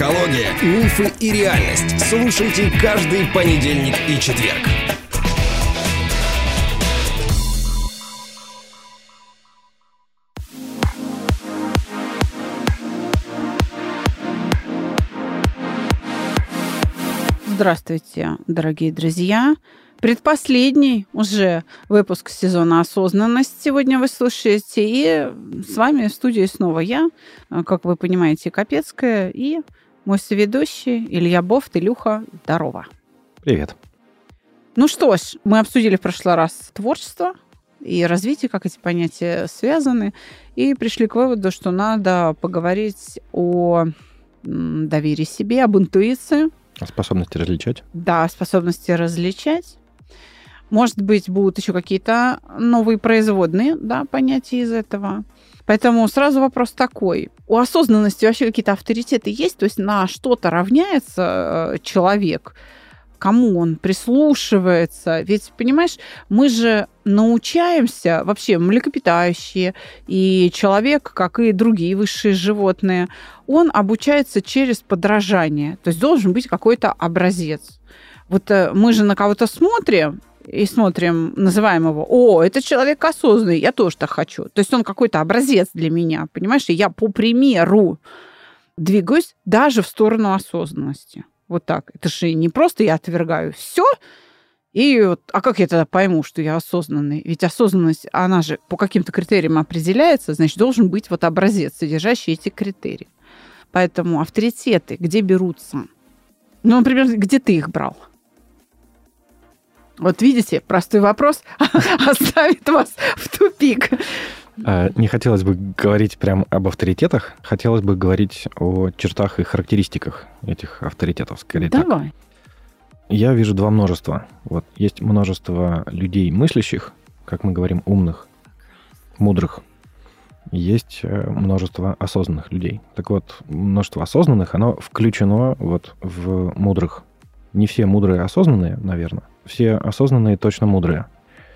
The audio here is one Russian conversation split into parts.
Психология, мифы и реальность. Слушайте каждый понедельник и четверг. Здравствуйте, дорогие друзья. Предпоследний уже выпуск сезона «Осознанность» сегодня вы слушаете. И с вами в студии снова я, как вы понимаете, Капецкая, и мой соведущий Илья Бофт. Илюха, здорово. Привет. Ну что ж, мы обсудили в прошлый раз творчество и развитие, как эти понятия связаны, и пришли к выводу, что надо поговорить о доверии себе, об интуиции. О способности различать? Да, способности различать. Может быть, будут еще какие-то новые производные, понятия из этого. Поэтому сразу вопрос такой. У осознанности вообще какие-то авторитеты есть? То есть на что-то равняется человек? Кому он прислушивается? Ведь, понимаешь, мы же научаемся, вообще млекопитающие, и человек, как и другие высшие животные, он обучается через подражание. То есть должен быть какой-то образец. Вот мы же на кого-то смотрим, называем его, это человек осознанный, я тоже так хочу. То есть он какой-то образец для меня, понимаешь? И я по примеру двигаюсь даже в сторону осознанности. Вот так. Это же не просто я отвергаю все, а как я тогда пойму, что я осознанный? Ведь осознанность, она же по каким-то критериям определяется, значит, должен быть вот образец, содержащий эти критерии. Поэтому авторитеты где берутся? Ну, например, где ты их брал? Вот видите, простой вопрос оставит вас в тупик. Не хотелось бы говорить прям об авторитетах, хотелось бы говорить о чертах и характеристиках этих авторитетов, скорее. Давай. Так. Я вижу два множества. Вот есть множество людей мыслящих, как мы говорим, умных, мудрых. Есть множество осознанных людей. Так вот, множество осознанных, оно включено вот в мудрых. Не все мудрые осознанные, наверное. Все осознанные точно мудрые.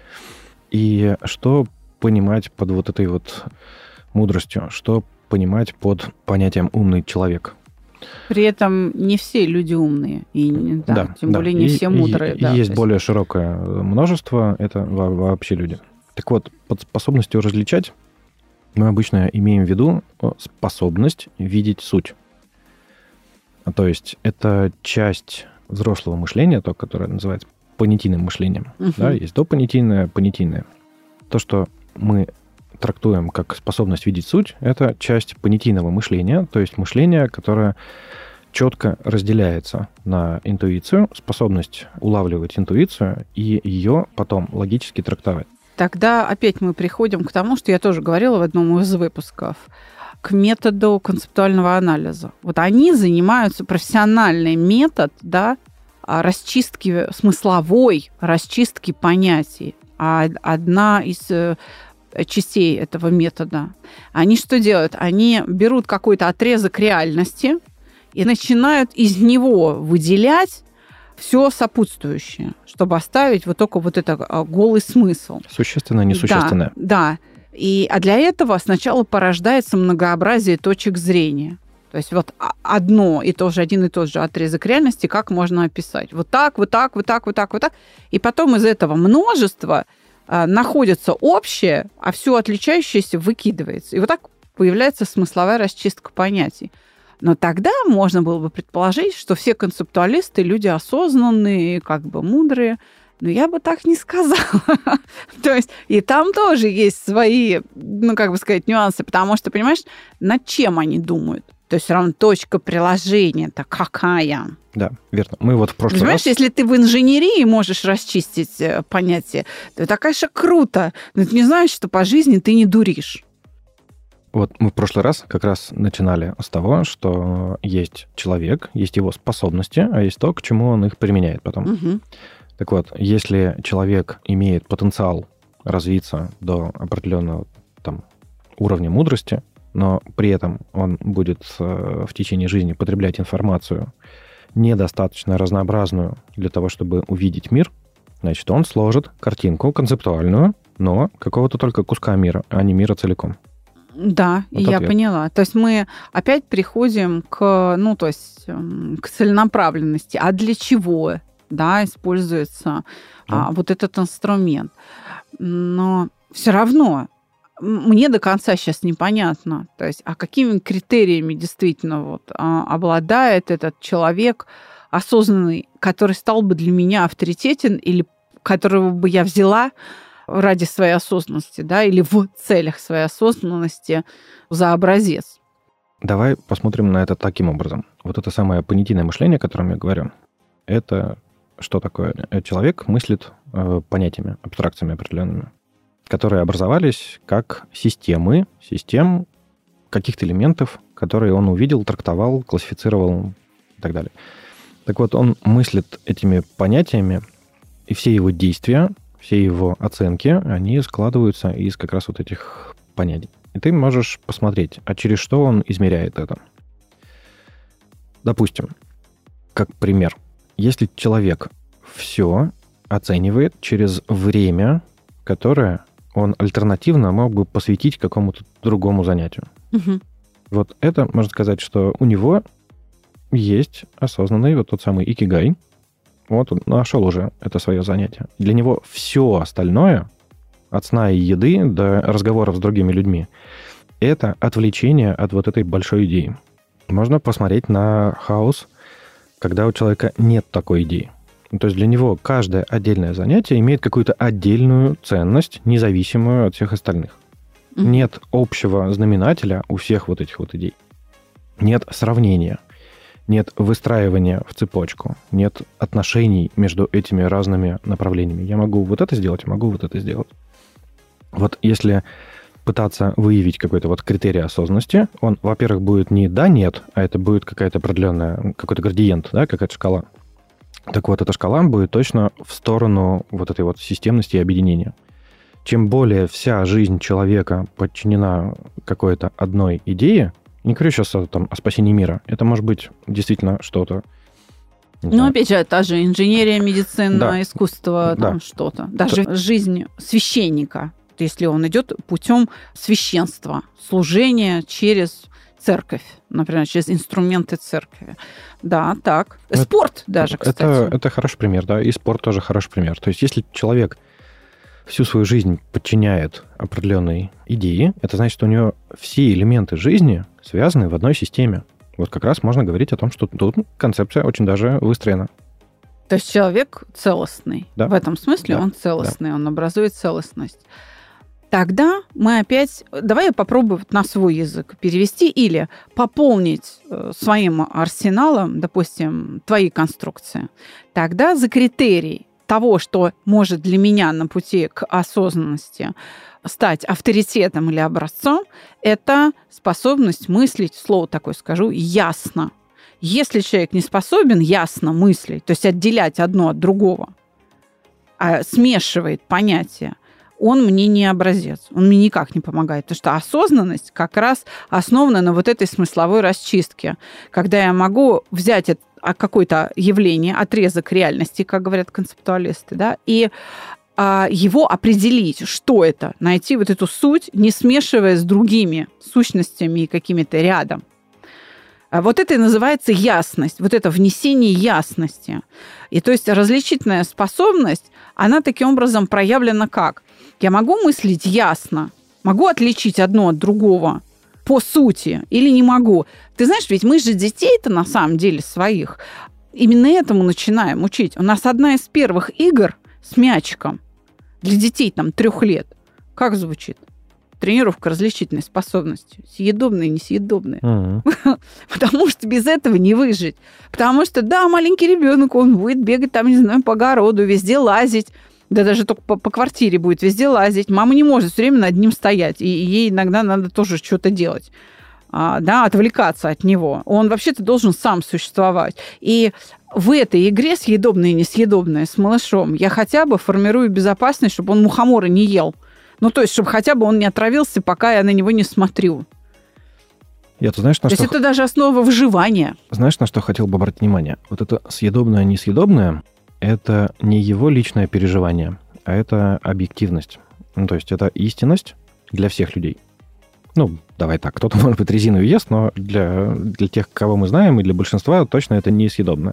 И что понимать под вот этой вот мудростью? Что понимать под понятием «умный человек»? При этом не все люди умные. И, тем более не все мудрые. И есть более широкое множество. Это вообще люди. Так вот, под способностью различать мы обычно имеем в виду способность видеть суть. То есть это часть взрослого мышления, то, которое называется понятийным мышлением. Да, есть допонятийное, понятийное. То, что мы трактуем как способность видеть суть, это часть понятийного мышления, то есть мышление, которое четко разделяется на интуицию, способность улавливать интуицию и ее потом логически трактовать. Тогда опять мы приходим к тому, что я тоже говорила в одном из выпусков, к методу концептуального анализа. Вот они занимаются, профессиональный метод, расчистки, смысловой расчистки понятий. А одна из частей этого метода, они что делают? Они берут какой-то отрезок реальности и начинают из него выделять все сопутствующее, чтобы оставить вот только вот это голый смысл. Существенное, несущественное. Да. А для этого сначала порождается многообразие точек зрения. То есть вот один и тот же отрезок реальности, как можно описать? Вот так. И потом из этого множества находится общее, а все отличающееся выкидывается. И вот так появляется смысловая расчистка понятий. Но тогда можно было бы предположить, что все концептуалисты люди осознанные, мудрые. Но я бы так не сказала. То есть и там тоже есть свои, нюансы, потому что, понимаешь, над чем они думают. То есть все равно точка приложения-то какая? Да, верно. Мы вот в прошлый Понимаешь, если ты в инженерии можешь расчистить понятие, то это, конечно, круто. Но это не значит, что по жизни ты не дуришь. Вот мы в прошлый раз как раз начинали с того, что есть человек, есть его способности, а есть то, к чему он их применяет потом. Угу. Так вот, если человек имеет потенциал развиться до определенного уровня мудрости, но при этом он будет в течение жизни потреблять информацию недостаточно разнообразную для того, чтобы увидеть мир, значит, он сложит картинку концептуальную, но какого-то только куска мира, а не мира целиком. Да, Вот я ответ. поняла. То есть мы опять приходим к целенаправленности. А для чего, да, используется вот этот инструмент? Но все равно мне до конца сейчас непонятно, то есть, а какими критериями действительно обладает этот человек осознанный, который стал бы для меня авторитетен или которого бы я взяла ради своей осознанности, да, или в целях своей осознанности за образец. Давай посмотрим на это таким образом. Вот это самое понятийное мышление, о котором я говорю, это что такое? Человек мыслит понятиями, абстракциями определенными, которые образовались как систем каких-то элементов, которые он увидел, трактовал, классифицировал и так далее. Так вот, он мыслит этими понятиями, и все его действия, все его оценки, они складываются из как раз вот этих понятий. И ты можешь посмотреть, а через что он измеряет это. Допустим, как пример, если человек все оценивает через время, которое он альтернативно мог бы посвятить какому-то другому занятию. Угу. Вот это, можно сказать, что у него есть осознанный вот тот самый икигай. Вот он нашел уже это свое занятие. Для него все остальное, от сна и еды до разговоров с другими людьми, это отвлечение от вот этой большой идеи. Можно посмотреть на хаос, когда у человека нет такой идеи. То есть для него каждое отдельное занятие имеет какую-то отдельную ценность, независимую от всех остальных. Mm-hmm. Нет общего знаменателя у всех вот этих вот идей. Нет сравнения. Нет выстраивания в цепочку, нет отношений между этими разными направлениями. Я могу вот это сделать, могу вот это сделать. Вот если пытаться выявить какой-то вот критерий осознанности, он, во-первых, будет не да-нет, а это будет какая-то определенная, какой-то градиент, да, какая-то шкала. Так вот, эта шкала будет точно в сторону вот этой вот системности и объединения. Чем более вся жизнь человека подчинена какой-то одной идее, не говорю сейчас о спасении мира. Это может быть действительно что-то. Ну, опять же, та же инженерия, медицина, да. Искусство, там да. Что-то. Даже жизнь священника, если он идет путем священства, служения через церковь, например, через инструменты церкви. Да, так. Спорт даже, кстати. Это хороший пример, да, и спорт тоже хороший пример. То есть если человек всю свою жизнь подчиняет определенной идее, это значит, что у него все элементы жизни связаны в одной системе. Вот как раз можно говорить о том, что тут концепция очень даже выстроена. То есть человек целостный. Да. В этом смысле он целостный, он образует целостность. Тогда мы опять... Давай я попробую на свой язык перевести или пополнить своим арсеналом, допустим, твои конструкции. Тогда за критерий того, что может для меня на пути к осознанности стать авторитетом или образцом, это способность мыслить, слово такое скажу, ясно. Если человек не способен ясно мыслить, то есть отделять одно от другого, а смешивает понятия, он мне не образец, он мне никак не помогает. Потому что осознанность как раз основана на вот этой смысловой расчистке, когда я могу взять какое-то явление, отрезок реальности, как говорят концептуалисты, да, и его определить, что это, найти вот эту суть, не смешивая с другими сущностями и какими-то рядом. Вот это и называется ясность, вот это внесение ясности. И то есть различительная способность, она таким образом проявлена как? Я могу мыслить ясно, могу отличить одно от другого по сути или не могу. Ты знаешь, ведь мы же детей-то на самом деле своих именно этому начинаем учить. У нас одна из первых игр с мячиком для детей 3 лет. Как звучит? Тренировка различительной способности. Съедобные, несъедобные. Потому что без этого не выжить. Потому что, да, маленький ребенок, он будет бегать там, не знаю, по огороду, везде лазить. Да даже только по квартире будет везде лазить. Мама не может все время над ним стоять. И ей иногда надо тоже что-то делать. Да, отвлекаться от него. Он вообще-то должен сам существовать. И в этой игре съедобное и несъедобное с малышом я хотя бы формирую безопасность, чтобы он мухоморы не ел. Ну, то есть, чтобы хотя бы он не отравился, пока я на него не смотрю. Ты знаешь, на то что... есть это даже основа выживания. Знаешь, на что хотел бы обратить внимание? Вот это съедобное, несъедобное, это не его личное переживание, а это объективность. Ну, то есть это истинность для всех людей. Ну, давай так, кто-то, может быть, резину ест, но для тех, кого мы знаем, и для большинства точно это несъедобно.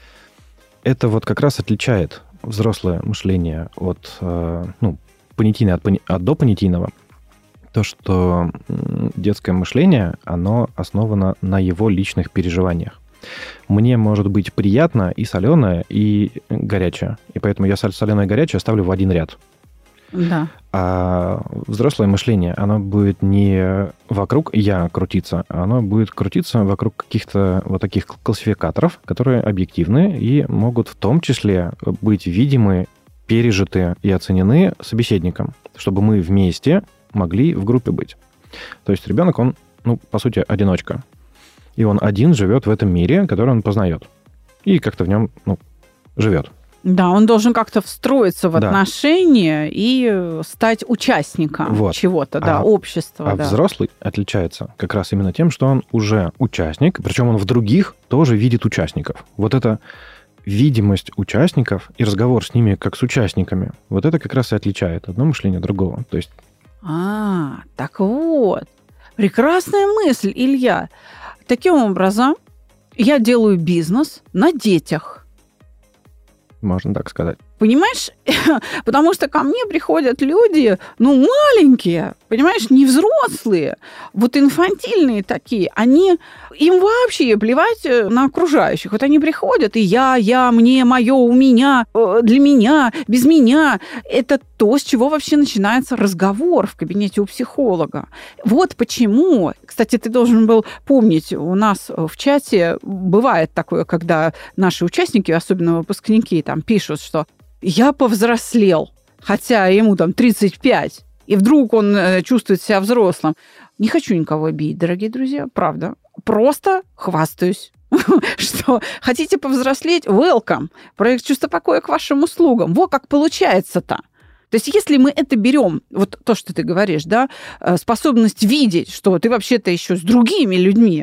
Это вот как раз отличает взрослое мышление от понятийного от допонятийного. То, что детское мышление, оно основано на его личных переживаниях. Мне может быть приятно и соленое, и горячее. И поэтому я соленое и горячее ставлю в один ряд. Да. А взрослое мышление, оно будет не вокруг «я» крутиться, оно будет крутиться вокруг каких-то вот таких классификаторов, которые объективны и могут в том числе быть видимы, пережиты и оценены собеседником, чтобы мы вместе могли в группе быть. То есть ребенок, он, по сути, одиночка. И он один живет в этом мире, который он познает. И как-то в нем, живет. Да, он должен как-то встроиться в отношения и стать участником чего-то, общества. А взрослый отличается как раз именно тем, что он уже участник, причем он в других тоже видит участников. Вот эта видимость участников и разговор с ними как с участниками, вот это как раз и отличает одно мышление от другого. То есть... Так вот. Прекрасная мысль, Илья. Таким образом, я делаю бизнес на детях. Можно так сказать. Понимаешь? Потому что ко мне приходят люди, маленькие, понимаешь, не взрослые, вот инфантильные такие. Им вообще плевать на окружающих. Вот они приходят, и я, мне, мое, у меня, для меня, без меня. Это то, с чего вообще начинается разговор в кабинете у психолога. Вот почему. Кстати, ты должен был помнить, у нас в чате бывает такое, когда наши участники, особенно выпускники, там пишут, что я повзрослел, хотя ему 35, и вдруг он чувствует себя взрослым. Не хочу никого обидеть, дорогие друзья, правда. Просто хвастаюсь, что хотите повзрослеть? Welcome. Проект «Чувство покоя» к вашим услугам. Вот как получается-то. То есть если мы это берем, вот то, что ты говоришь, да, способность видеть, что ты вообще-то еще с другими людьми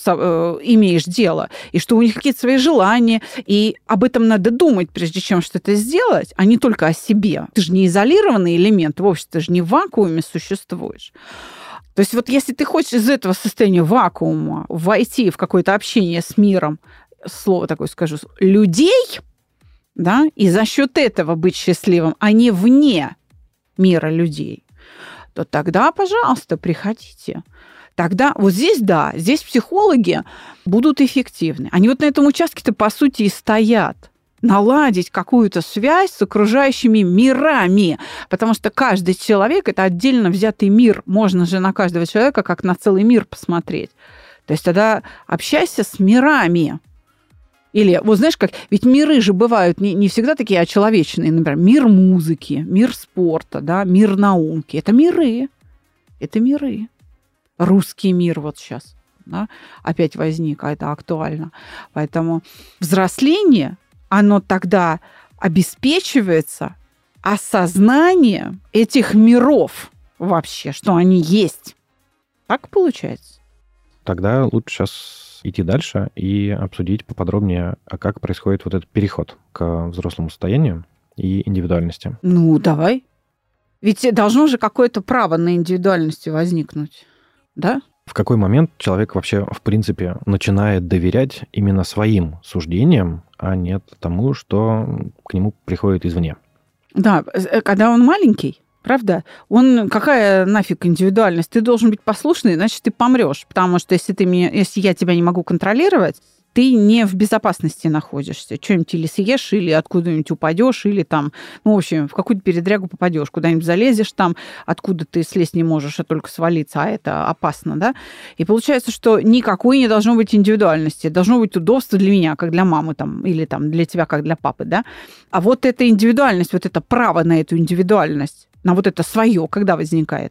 имеешь дело, и что у них какие-то свои желания, и об этом надо думать, прежде чем что-то сделать, а не только о себе. Ты же не изолированный элемент в обществе, ты же не в вакууме существуешь. То есть вот если ты хочешь из этого состояния вакуума войти в какое-то общение с миром, слово такое скажу, людей, да, и за счет этого быть счастливым, а не вне мира людей, то тогда, пожалуйста, приходите. Тогда вот здесь, здесь психологи будут эффективны. Они вот на этом участке-то, по сути, и стоят. Наладить какую-то связь с окружающими мирами. Потому что каждый человек – это отдельно взятый мир. Можно же на каждого человека как на целый мир посмотреть. То есть тогда общайся с мирами. Или, вот знаешь как, ведь миры же бывают не всегда такие очеловеченные. Например, мир музыки, мир спорта, да, мир науки. Это миры. Это миры. Русский мир вот сейчас, да, опять возник, а это актуально. Поэтому взросление, оно тогда обеспечивается осознанием этих миров вообще, что они есть. Так получается. Тогда лучше сейчас идти дальше и обсудить поподробнее, а как происходит вот этот переход к взрослому состоянию и индивидуальности. Давай. Ведь должно же какое-то право на индивидуальность возникнуть, да? В какой момент человек вообще, в принципе, начинает доверять именно своим суждениям, а не тому, что к нему приходит извне? Да, когда он маленький, правда? Какая нафиг индивидуальность? Ты должен быть послушный, иначе ты помрешь. Потому что если я тебя не могу контролировать, ты не в безопасности находишься. Что-нибудь или съешь, или откуда-нибудь упадешь, или там, в общем, в какую-то передрягу попадешь, куда-нибудь залезешь там, откуда ты слезть не можешь, а только свалиться, а это опасно, да? И получается, что никакой не должно быть индивидуальности. Должно быть удобство для меня, как для мамы, там, или там, для тебя, как для папы, да? А вот эта индивидуальность, вот это право на эту индивидуальность, на вот это свое, когда возникает?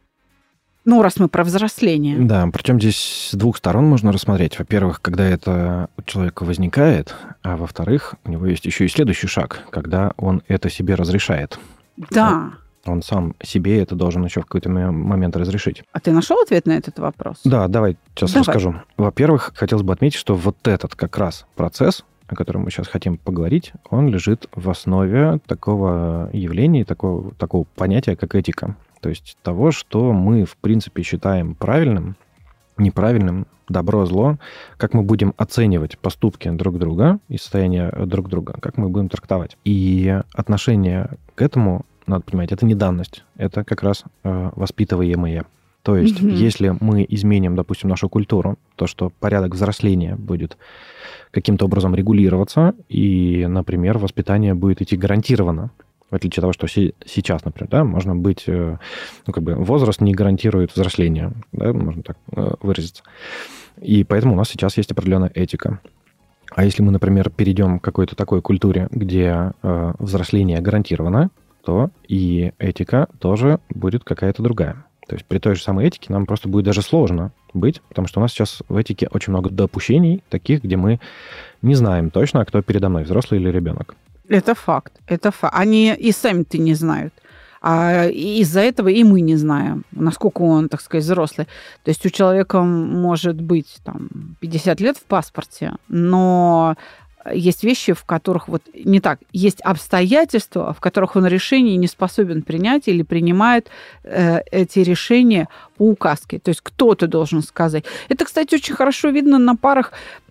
Раз мы про взросление. Да, причем здесь с двух сторон можно рассмотреть. Во-первых, когда это у человека возникает, а во-вторых, у него есть еще и следующий шаг, когда он это себе разрешает. Да. Он сам себе это должен еще в какой-то момент разрешить. А ты нашел ответ на этот вопрос? Да, давай, сейчас расскажу. Во-первых, хотелось бы отметить, что вот этот как раз процесс о котором мы сейчас хотим поговорить, он лежит в основе такого явления, такого понятия, как этика. То есть того, что мы, в принципе, считаем правильным, неправильным, добро, зло, как мы будем оценивать поступки друг друга и состояние друг друга, как мы будем трактовать. И отношение к этому, надо понимать, это не данность, это как раз воспитываемое. То есть, если мы изменим, допустим, нашу культуру, то, что порядок взросления будет каким-то образом регулироваться, и, например, воспитание будет идти гарантированно, в отличие от того, что сейчас, например, да, можно быть, возраст не гарантирует взросление, да, можно так выразиться. И поэтому у нас сейчас есть определенная этика. А если мы, например, перейдем к какой-то такой культуре, где взросление гарантировано, то и этика тоже будет какая-то другая. То есть при той же самой этике нам просто будет даже сложно быть, потому что у нас сейчас в этике очень много допущений, таких, где мы не знаем точно, кто передо мной, взрослый или ребенок. Это факт. Они и сами-то не знают. А из-за этого и мы не знаем, насколько он, так сказать, взрослый. То есть у человека может быть 50 лет в паспорте, но есть вещи, в которых не так. Есть обстоятельства, в которых он решение не способен принять или принимает эти решения по указке. То есть кто-то должен сказать. Это, кстати, очень хорошо видно на парах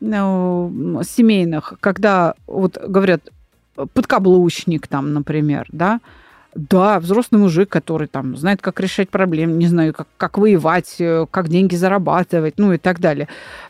семейных, когда говорят подкаблучник, например, да. Да, взрослый мужик, который знает, как решать проблемы, не знаю, как воевать, как деньги зарабатывать, и так далее.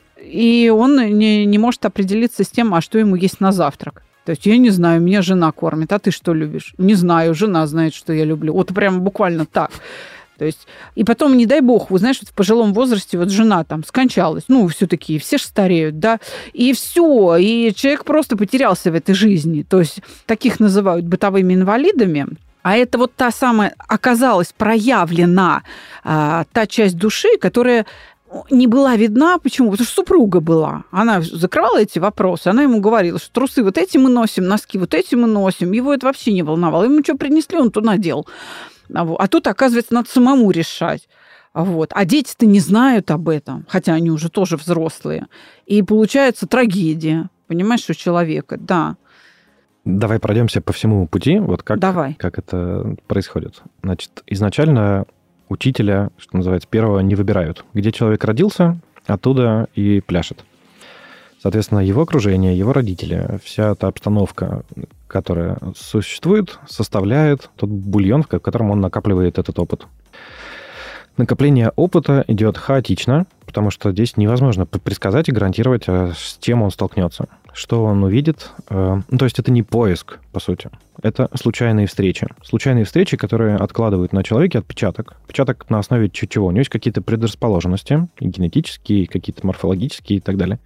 И он не может определиться с тем, а что ему есть на завтрак. То есть я не знаю, меня жена кормит, а ты что любишь? Не знаю, жена знает, что я люблю. Прям буквально так. То есть, и потом, не дай бог, вы знаешь, в пожилом возрасте жена скончалась, все-таки все же стареют, да, и все, и человек просто потерялся в этой жизни. То есть таких называют бытовыми инвалидами. А это та самая оказалась проявлена та часть души, которая не была видна. Почему? Потому что супруга была. Она закрывала эти вопросы. Она ему говорила, что трусы эти мы носим, носки эти мы носим. Его это вообще не волновало. Ему что принесли, он то надел. А тут, оказывается, надо самому решать. А дети-то не знают об этом, хотя они уже тоже взрослые. И получается трагедия, понимаешь, у человека, да. Давай пройдемся по всему пути, как это происходит. Значит, изначально учителя, что называется, первого не выбирают. Где человек родился, оттуда и пляшет. Соответственно, его окружение, его родители, вся та обстановка, которая существует, составляет тот бульон, в котором он накапливает этот опыт. Накопление опыта идет хаотично, потому что здесь невозможно предсказать и гарантировать, с чем он столкнется, что он увидит. То есть это не поиск, по сути. Это случайные встречи. Случайные встречи, которые откладывают на человеке отпечаток. Отпечаток на основе чего? У него есть какие-то предрасположенности, и генетические, и какие-то морфологические и так далее.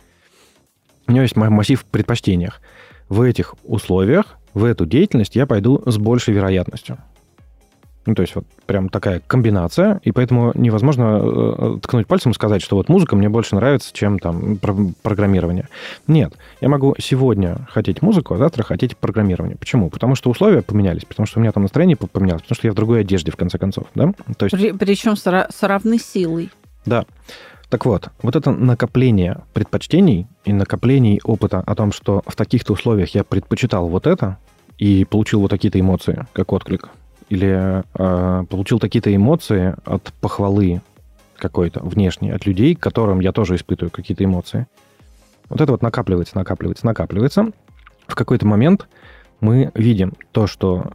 У него есть массив предпочтений. В этих условиях, в эту деятельность я пойду с большей вероятностью. То есть прям такая комбинация, и поэтому невозможно ткнуть пальцем и сказать, что музыка мне больше нравится, чем программирование. Нет, я могу сегодня хотеть музыку, а завтра хотеть программирование. Почему? Потому что условия поменялись, потому что у меня настроение поменялось, потому что я в другой одежде, в конце концов. Да? То есть... Причем с равной силой. Да. Так вот это накопление предпочтений и накопление опыта о том, что в таких-то условиях я предпочитал это и получил такие-то эмоции, как отклик, или получил такие-то эмоции от похвалы какой-то внешней, от людей, к которым я тоже испытываю какие-то эмоции. Это накапливается. В какой-то момент мы видим то, что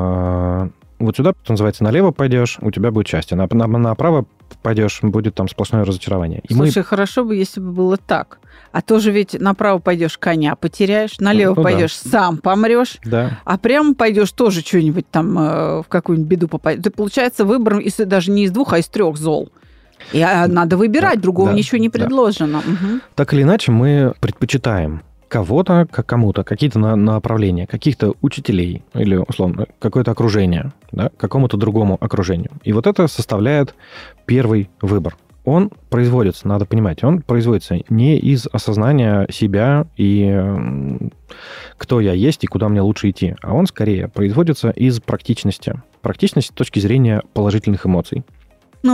сюда, что называется, налево пойдешь, у тебя будет счастье, направо пойдешь, будет сплошное разочарование. Слушай, хорошо бы, если бы было так. А тоже ведь направо пойдешь, коня потеряешь, налево пойдешь, сам помрешь, да. А прямо пойдешь, тоже что-нибудь в какую-нибудь беду попадешь. Это получается выбор, если даже не из 2, а из 3 зол. И надо выбирать, другого ничего не предложено. Да. Угу. Так или иначе, мы предпочитаем кого-то, кому-то, какие-то направления, каких-то учителей или, условно, какое-то окружение, да, какому-то другому окружению. И это составляет первый выбор. Он производится, надо понимать, он производится не из осознания себя и кто я есть и куда мне лучше идти, а он скорее производится из практичности. Практичности с точки зрения положительных эмоций.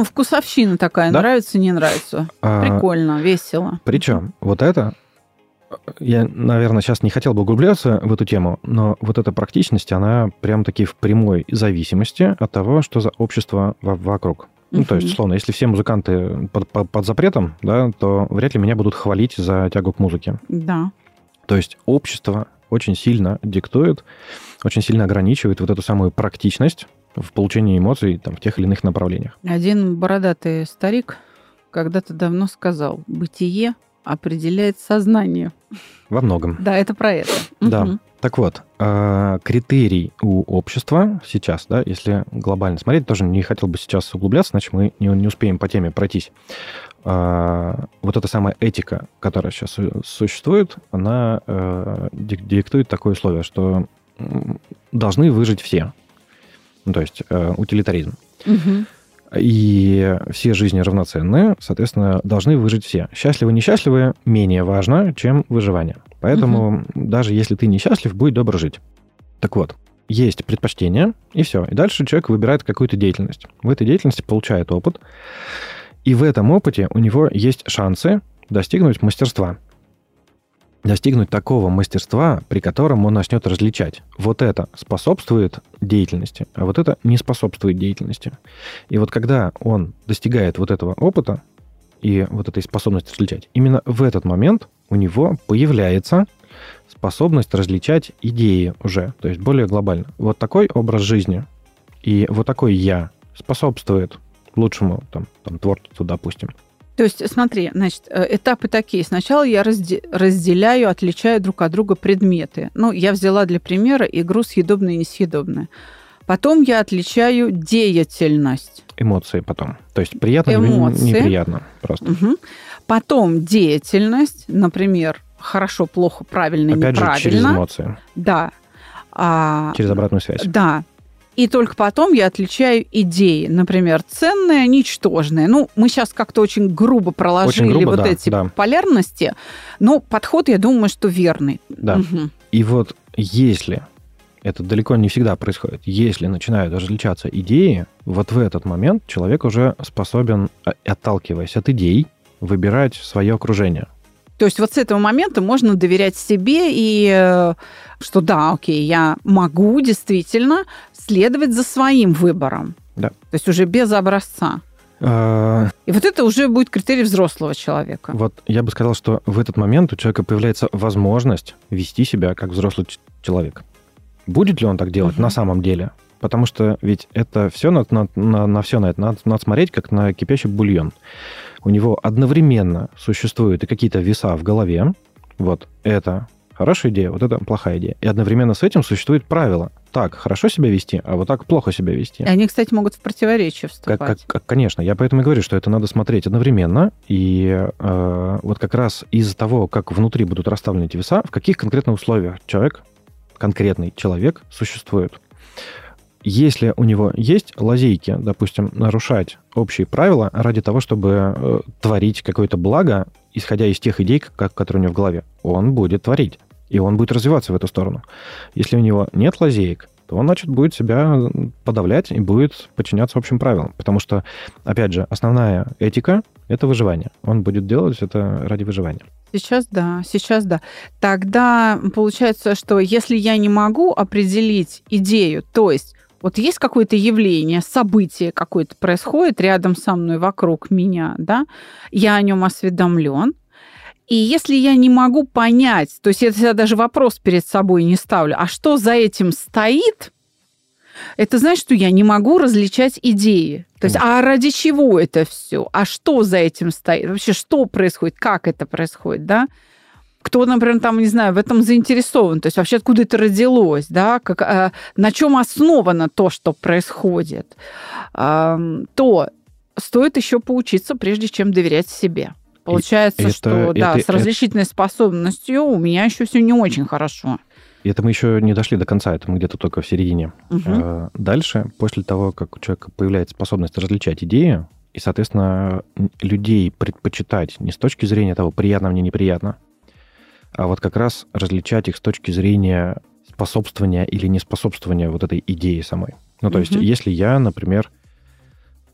Вкусовщина такая, да? Нравится, не нравится. Прикольно, весело. Причем это Я, наверное, сейчас не хотел бы углубляться в эту тему, но вот эта практичность, она прям-таки в прямой зависимости от того, что за общество вокруг. Ну, то есть, условно, если все музыканты под запретом, да, то вряд ли меня будут хвалить за тягу к музыке. Да. То есть общество очень сильно диктует, очень сильно ограничивает вот эту самую практичность в получении эмоций там, в тех или иных направлениях. Один бородатый старик когда-то давно сказал: бытие определяет сознание. Во многом. Да, это про это. Да. Так вот, критерий у общества сейчас, да, если глобально смотреть, тоже не хотел бы сейчас углубляться, иначе мы не успеем по теме пройтись. Вот эта самая этика, которая сейчас существует, она диктует такое условие, что должны выжить все. Ну, то есть утилитаризм. И все жизни равноценны, соответственно, должны выжить все. Счастливы, несчастливы менее важно, чем выживание. Поэтому даже если ты несчастлив, будь добр жить. Так вот, есть предпочтение, и все. И дальше человек выбирает какую-то деятельность. В этой деятельности получает опыт, и в этом опыте у него есть шансы достигнуть мастерства. Достигнуть такого мастерства, при котором он начнет различать. Вот это способствует деятельности, а вот это не способствует деятельности. И вот когда он достигает вот этого опыта и вот этой способности различать, именно в этот момент у него появляется способность различать идеи уже, то есть более глобально. Вот такой образ жизни и вот такой я способствует лучшему там, творчеству, допустим. То есть, смотри, значит, этапы такие. Сначала я разделяю, отличаю друг от друга предметы. Ну, я взяла для примера игру съедобное и несъедобное. Потом я отличаю деятельность. Эмоции потом. То есть приятно, неприятно просто. Потом деятельность, например, хорошо, плохо, правильно, опять неправильно. Опять же, через эмоции. Да. Через обратную связь. Да. И только потом я отличаю идеи. Например, ценное, ничтожное. Ну, мы сейчас как-то очень грубо проложили эти полярности, но подход, я думаю, что верный. Да. И вот если, это далеко не всегда происходит, если начинают различаться идеи, вот в этот момент человек уже способен, отталкиваясь от идей, выбирать свое окружение. То есть вот с этого момента можно доверять себе и что да, окей, я могу действительно следовать за своим выбором. Да. То есть уже без образца. И вот это уже будет критерий взрослого человека. Вот я бы сказал, что в этот момент у человека появляется возможность вести себя как взрослый человек. Будет ли он так делать на самом деле? Потому что ведь это все на все на это надо смотреть, как на кипящий бульон. У него одновременно существуют и какие-то веса в голове. Вот это хорошая идея, вот это плохая идея. И одновременно с этим существует правило. Так хорошо себя вести, а вот так плохо себя вести. И они, кстати, могут в противоречие вступать. Конечно. Я поэтому и говорю, что это надо смотреть одновременно. И вот как раз из-за того, как внутри будут расставлены эти веса, в каких конкретных условиях конкретный человек существует. Если у него есть лазейки, допустим, нарушать общие правила ради того, чтобы творить какое-то благо, исходя из тех идей, которые у него в голове, он будет творить, и он будет развиваться в эту сторону. Если у него нет лазеек, то он, значит, будет себя подавлять и будет подчиняться общим правилам. Потому что, опять же, основная этика – это выживание. Он будет делать это ради выживания. Сейчас да. Тогда получается, что если я не могу определить идею, то есть вот есть какое-то явление, событие какое-то происходит рядом со мной, вокруг меня, да, я о нем осведомлен. И если я не могу понять, то есть если я даже вопрос перед собой не ставлю, а что за этим стоит, это значит, что я не могу различать идеи. То есть, а ради чего это все? А что за этим стоит? Вообще, что происходит? Как это происходит, да? Кто, например, там, не знаю, в этом заинтересован, то есть вообще откуда это родилось, да, на чем основано то, что происходит, то стоит еще поучиться, прежде чем доверять себе. Получается, что с различительной способностью у меня еще все не очень хорошо. И это мы еще не дошли до конца, это мы где-то только в середине. Дальше, после того, как у человека появляется способность различать идеи, и, соответственно, людей предпочитать не с точки зрения того, приятно мне, неприятно, а вот как раз различать их с точки зрения способствования или неспособствования вот этой идеи самой. Ну, то есть, если я, например,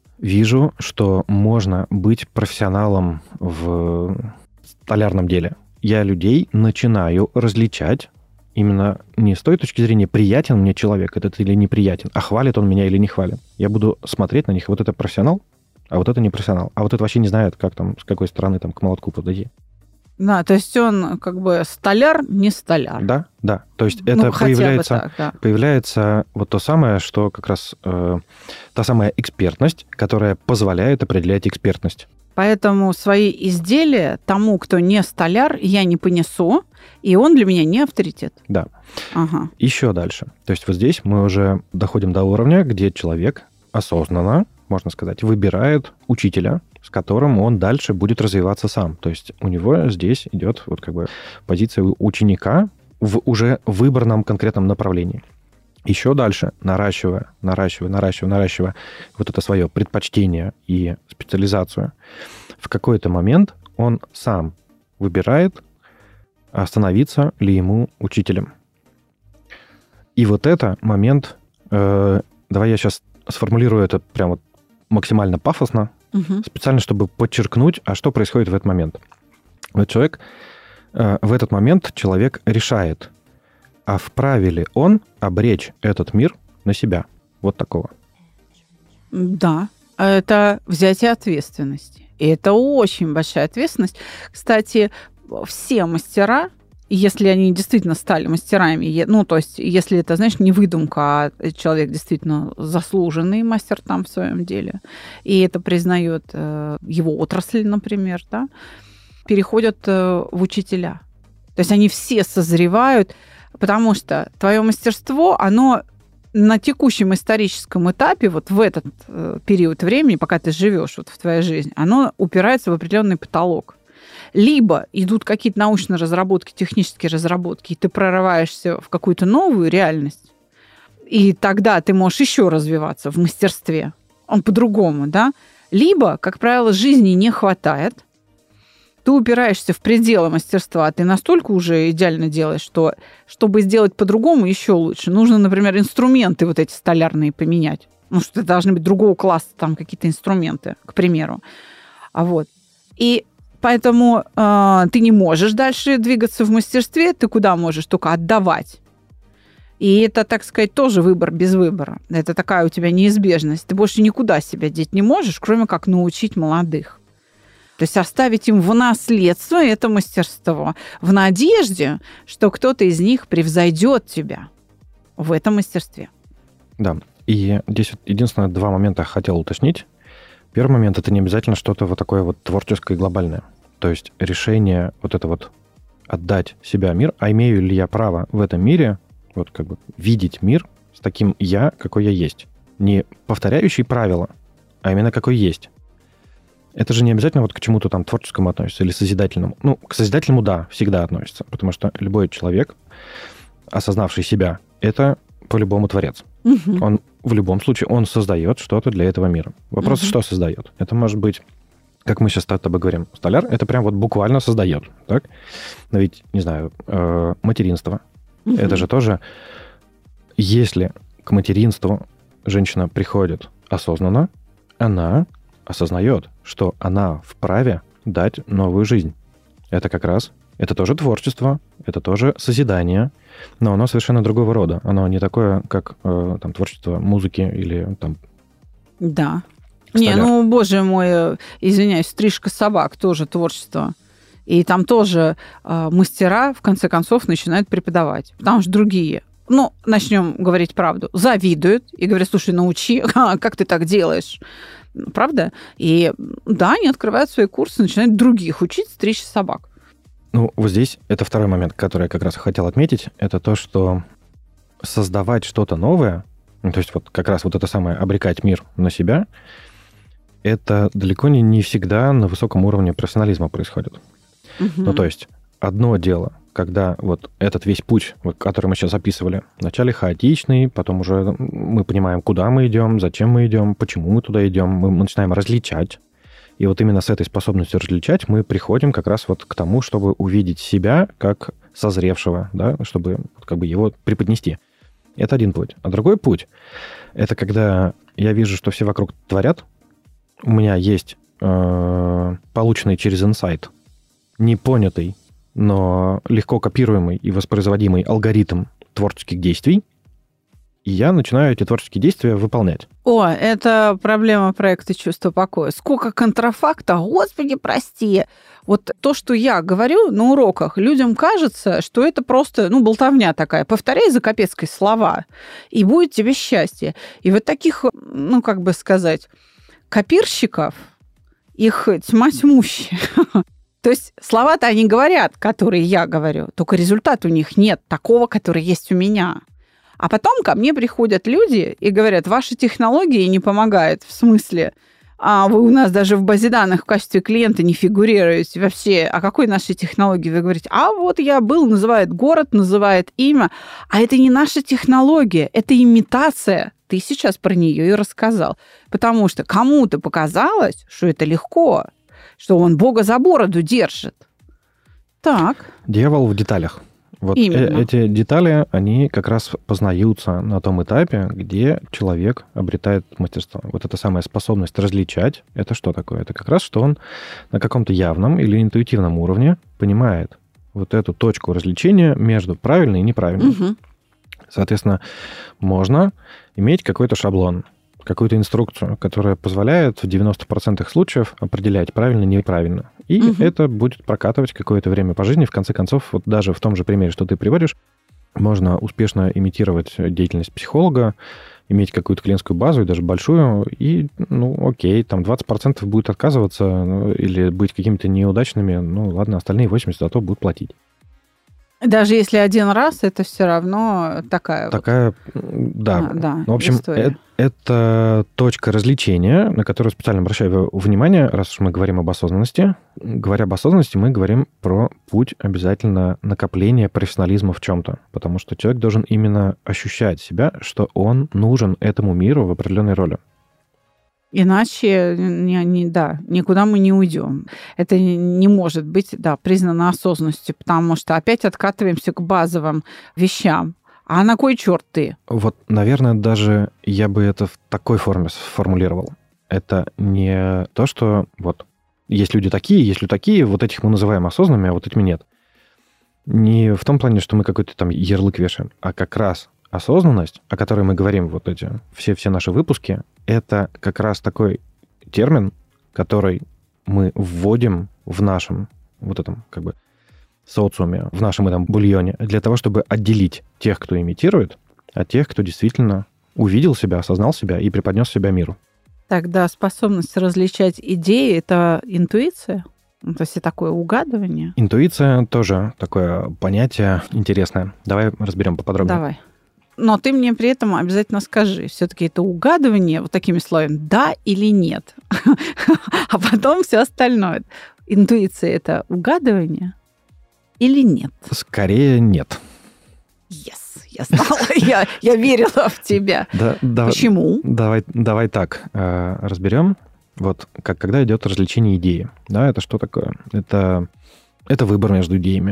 вижу, что можно быть профессионалом в столярном деле, я людей начинаю различать именно не с той точки зрения, приятен мне человек этот или неприятен, а хвалит он меня или не хвалит. Я буду смотреть на них, вот это профессионал, а вот это не профессионал. А вот это вообще не знает, как там, с какой стороны там к молотку подойти. Да, то есть он как бы столяр, не столяр. Да, да. То есть это появляется, так, да. появляется вот то самое, что как раз та самая экспертность, которая позволяет определять экспертность. Поэтому свои изделия тому, кто не столяр, я не понесу, и он для меня не авторитет. Да. Ага. Еще дальше. То есть вот здесь мы уже доходим до уровня, где человек осознанно, можно сказать, выбирает учителя, с которым он дальше будет развиваться сам. То есть у него здесь идет вот как бы позиция ученика в уже выбранном конкретном направлении. Еще дальше, наращивая вот это свое предпочтение и специализацию, в какой-то момент он сам выбирает, становиться ли ему учителем. И вот это момент, давай я сейчас сформулирую это прям вот максимально пафосно, специально, чтобы подчеркнуть, а что происходит в этот момент. Вот в этот момент человек решает, а вправе ли он обречь этот мир на себя? Вот такого. Да, это взятие ответственности. И это очень большая ответственность. Кстати, все мастера, если они действительно стали мастерами, ну, то есть, если это, знаешь, не выдумка, а человек действительно заслуженный мастер там в своем деле, и это признает его отрасль, например, да, переходят в учителя. То есть они все созревают, потому что твое мастерство, оно на текущем историческом этапе, вот в этот период времени, пока ты живешь вот в твоей жизни, оно упирается в определенный потолок. Либо идут какие-то научные разработки, технические разработки, и ты прорываешься в какую-то новую реальность, и тогда ты можешь еще развиваться в мастерстве. Он по-другому, да? Либо, как правило, жизни не хватает, ты упираешься в пределы мастерства, ты настолько уже идеально делаешь, что, чтобы сделать по-другому, еще лучше. Нужно, например, инструменты вот эти столярные поменять. Ну, что это должны быть другого класса, там какие-то инструменты, к примеру. И поэтому ты не можешь дальше двигаться в мастерстве, ты куда можешь? Только отдавать. И это, так сказать, тоже выбор без выбора. Это такая у тебя неизбежность. Ты больше никуда себя деть не можешь, кроме как научить молодых. То есть оставить им в наследство это мастерство в надежде, что кто-то из них превзойдет тебя в этом мастерстве. Да. И здесь вот единственное, два момента хотел уточнить. Первый момент – это не обязательно что-то вот такое вот творческое и глобальное. То есть решение вот это вот отдать себя мир, а имею ли я право в этом мире вот как бы видеть мир с таким я, какой я есть. Не повторяющий правила, а именно какой есть. Это же не обязательно вот к чему-то там творческому относится или созидательному. Ну, к созидательному, да, всегда относится, потому что любой человек, осознавший себя, это по-любому творец. Угу. Он в любом случае, он создает что-то для этого мира. Вопрос, что создает? Это может быть, как мы сейчас с тобой говорим, столяр, это прям вот буквально создает, так? Но ведь, не знаю, материнство. Это же тоже, если к материнству женщина приходит осознанно, она осознает, что она вправе дать новую жизнь. Это как раз, это тоже творчество, это тоже созидание, но оно совершенно другого рода. Оно не такое, как там творчество музыки или там... Да. Столяр. Не, ну, боже мой, извиняюсь, стрижка собак тоже творчество. И там тоже мастера, в конце концов, начинают преподавать. Потому что другие, ну, начнем говорить правду, завидуют и говорят, слушай, научи, как ты так делаешь? Правда? И да, они открывают свои курсы, начинают других учить стричь собак. Ну, вот здесь это второй момент, который я как раз хотел отметить, это то, что создавать что-то новое, то есть вот как раз вот это самое обрекать мир на себя, это далеко не всегда на высоком уровне профессионализма происходит. Ну, то есть одно дело, когда вот этот весь путь, вот, который мы сейчас описывали, вначале хаотичный, потом уже мы понимаем, куда мы идем, зачем мы идем, почему мы туда идем, мы начинаем различать. И вот именно с этой способностью различать мы приходим как раз вот к тому, чтобы увидеть себя как созревшего, да, чтобы как бы его преподнести. Это один путь. А другой путь – это когда я вижу, что все вокруг творят, у меня есть полученный через инсайт, непонятый но легко копируемый и воспроизводимый алгоритм творческих действий, и я начинаю эти творческие действия выполнять. О, это проблема проекта «Чувство покоя». Сколько контрафакта, господи, прости. Вот то, что я говорю на уроках, людям кажется, что это просто, болтовня такая. Повторяй за Капецкой слова, и будет тебе счастье. И вот таких, копирщиков, их тьма тьмущая. То есть слова-то они говорят, которые я говорю, только результата у них нет такого, который есть у меня. А потом ко мне приходят люди и говорят, ваши технологии не помогают, в смысле, вы у нас даже в базе данных в качестве клиента не фигурируете вообще. О какой нашей технологии вы говорите? Вот я был, называет город, называет имя, а это не наша технология, это имитация. Ты сейчас про нее и рассказал. Потому что кому-то показалось, что это легко, что он Бога за бороду держит. Так. Дьявол в деталях. Вот эти детали, они как раз познаются на том этапе, где человек обретает мастерство. Вот эта самая способность различать, это что такое? Это как раз, что он на каком-то явном или интуитивном уровне понимает вот эту точку различения между правильной и неправильной. Угу. Соответственно, можно иметь какой-то шаблон, какую-то инструкцию, которая позволяет в 90% случаев определять правильно и неправильно. И это будет прокатывать какое-то время по жизни. В конце концов, вот даже в том же примере, что ты приводишь, можно успешно имитировать деятельность психолога, иметь какую-то клиентскую базу, и даже большую, и, окей, там 20% будет отказываться или быть какими-то неудачными, ладно, остальные 80% зато будут платить. Даже если один раз, это все равно такая да. Да, в общем, это точка развлечения, на которую специально обращаю внимание, раз уж мы говорим об осознанности. Говоря об осознанности, мы говорим про путь обязательно накопления профессионализма в чем-то, потому что человек должен именно ощущать себя, что он нужен этому миру в определенной роли. Иначе никуда мы не уйдем. Это не может быть, признано осознанностью, потому что опять откатываемся к базовым вещам. А на кой черт ты? Вот, наверное, даже я бы это в такой форме сформулировал. Это не то, что есть люди такие, вот этих мы называем осознанными, а вот этими нет. Не в том плане, что мы какой-то там ярлык вешаем, а как раз осознанность, о которой мы говорим все наши выпуски, это как раз такой термин, который мы вводим в нашем этом социуме, в нашем этом бульоне, для того, чтобы отделить тех, кто имитирует, от тех, кто действительно увидел себя, осознал себя и преподнес себя миру. Тогда способность различать идеи – это интуиция? То есть это такое угадывание? Интуиция тоже такое понятие интересное. Давай разберем поподробнее. Давай. Но ты мне при этом обязательно скажи, все-таки это угадывание вот такими словами, да или нет, а потом все остальное. Интуиция – это угадывание или нет? Скорее нет. Yes, я знала, я верила в тебя. Почему? Давай так разберем. Когда идет развлечение идеи, это что такое? Это выбор между идеями.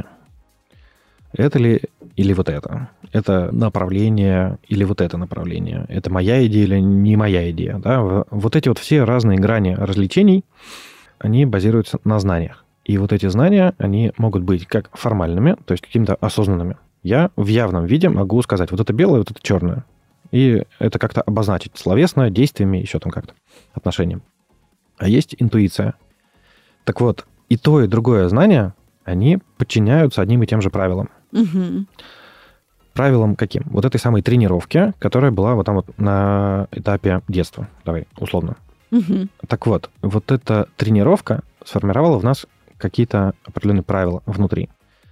Это ли или вот это? Это направление или вот это направление? Это моя идея или не моя идея? Да? Вот эти все разные грани развлечений, они базируются на знаниях. И вот эти знания, они могут быть как формальными, то есть какими-то осознанными. Я в явном виде могу сказать, вот это белое, вот это черное. И это как-то обозначить словесно, действиями, еще там как-то, отношением. А есть интуиция. Так вот, и то, и другое знание, они подчиняются одним и тем же правилам. Угу. Правилам каким? Вот этой самой тренировки, которая была там на этапе детства. Давай, условно. Угу. Так вот эта тренировка сформировала в нас какие-то определенные правила внутри.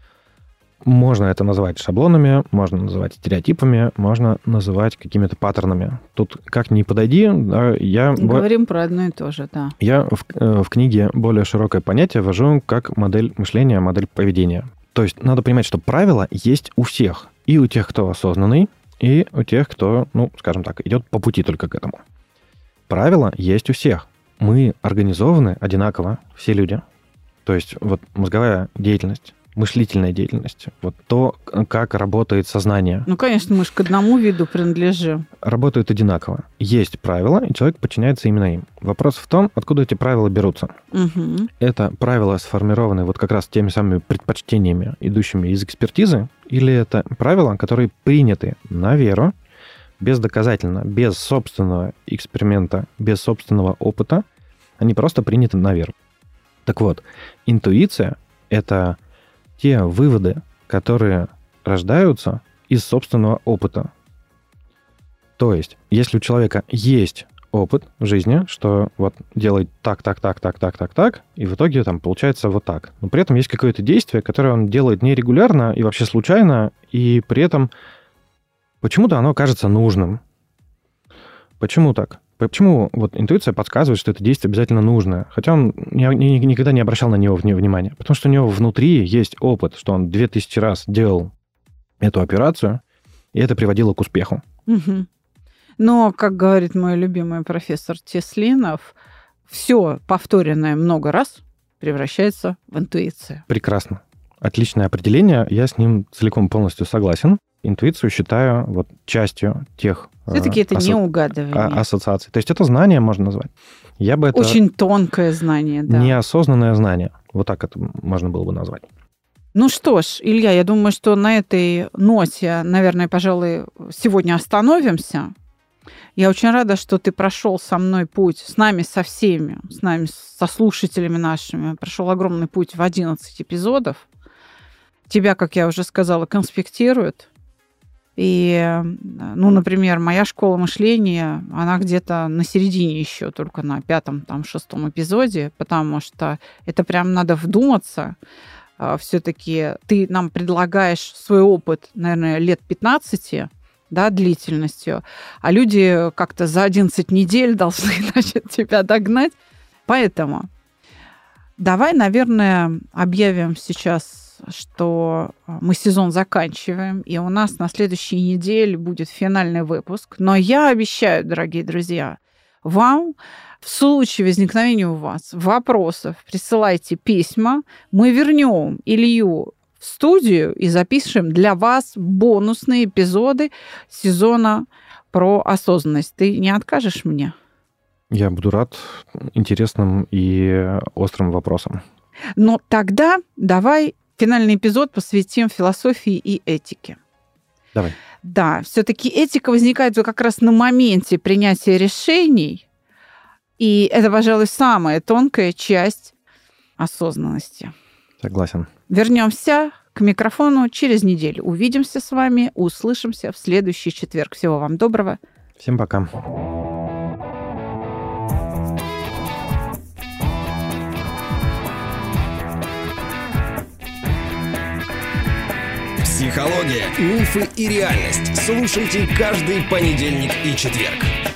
Можно это называть шаблонами, можно называть стереотипами, можно называть какими-то паттернами. Тут как ни подойди, говорим про одно и то же, да. Я в книге более широкое понятие ввожу как модель мышления, модель поведения. То есть надо понимать, что правила есть у всех. И у тех, кто осознанный, и у тех, кто, скажем так, идет по пути только к этому. Правила есть у всех. Мы организованы одинаково, все люди. То есть мозговая деятельность мыслительная деятельность. Вот то, как работает сознание. Ну, конечно, мы же к одному виду принадлежим. Работают одинаково. Есть правила, и человек подчиняется именно им. Вопрос в том, откуда эти правила берутся. Угу. Это правила сформированы вот как раз теми самыми предпочтениями, идущими из экспертизы, или это правила, которые приняты на веру, бездоказательно, без собственного эксперимента, без собственного опыта, они просто приняты на веру. Так вот, интуиция — это те выводы, которые рождаются из собственного опыта. То есть, если у человека есть опыт в жизни, что вот делает так, и в итоге там получается вот так. Но при этом есть какое-то действие, которое он делает нерегулярно и вообще случайно, и при этом почему-то оно кажется нужным. Почему так? Почему вот интуиция подсказывает, что это действие обязательно нужное, хотя он никогда не обращал на него внимания? Потому что у него внутри есть опыт, что он 2000 раз делал эту операцию, и это приводило к успеху. Угу. Но, как говорит мой любимый профессор Теслинов, все повторенное много раз превращается в интуицию. Прекрасно. Отличное определение, я с ним целиком полностью согласен. Интуицию считаю вот частью тех все-таки это не угадывание. Ассоциаций. То есть это знание можно назвать. Я бы это очень тонкое знание, да. Неосознанное знание. Вот так это можно было бы назвать. Ну что ж, Илья, я думаю, что на этой ноте, наверное, пожалуй, сегодня остановимся. Я очень рада, что ты прошел со мной путь, с нами, со всеми, с нами, со слушателями нашими. Прошел огромный путь в 11 эпизодов. Тебя, как я уже сказала, конспектируют. И, ну, например, моя школа мышления, она где-то на середине еще, только на 5-м, 6-м эпизоде, потому что это прям надо вдуматься. Все-таки ты нам предлагаешь свой опыт, наверное, лет 15, да, длительностью, а люди как-то за 11 недель должны, значит, тебя догнать. Поэтому давай, наверное, объявим сейчас, что мы сезон заканчиваем, и у нас на следующей неделе будет финальный выпуск. Но я обещаю, дорогие друзья, вам в случае возникновения у вас вопросов присылайте письма. Мы вернем Илью в студию и запишем для вас бонусные эпизоды сезона про осознанность. Ты не откажешь мне? Я буду рад интересным и острым вопросам. Но тогда давай финальный эпизод посвятим философии и этике. Давай. Да, все-таки этика возникает как раз на моменте принятия решений, и это, пожалуй, самая тонкая часть осознанности. Согласен. Вернемся к микрофону через неделю. Увидимся с вами, услышимся в следующий четверг. Всего вам доброго. Всем пока. Психология, мифы и реальность. Слушайте каждый понедельник и четверг.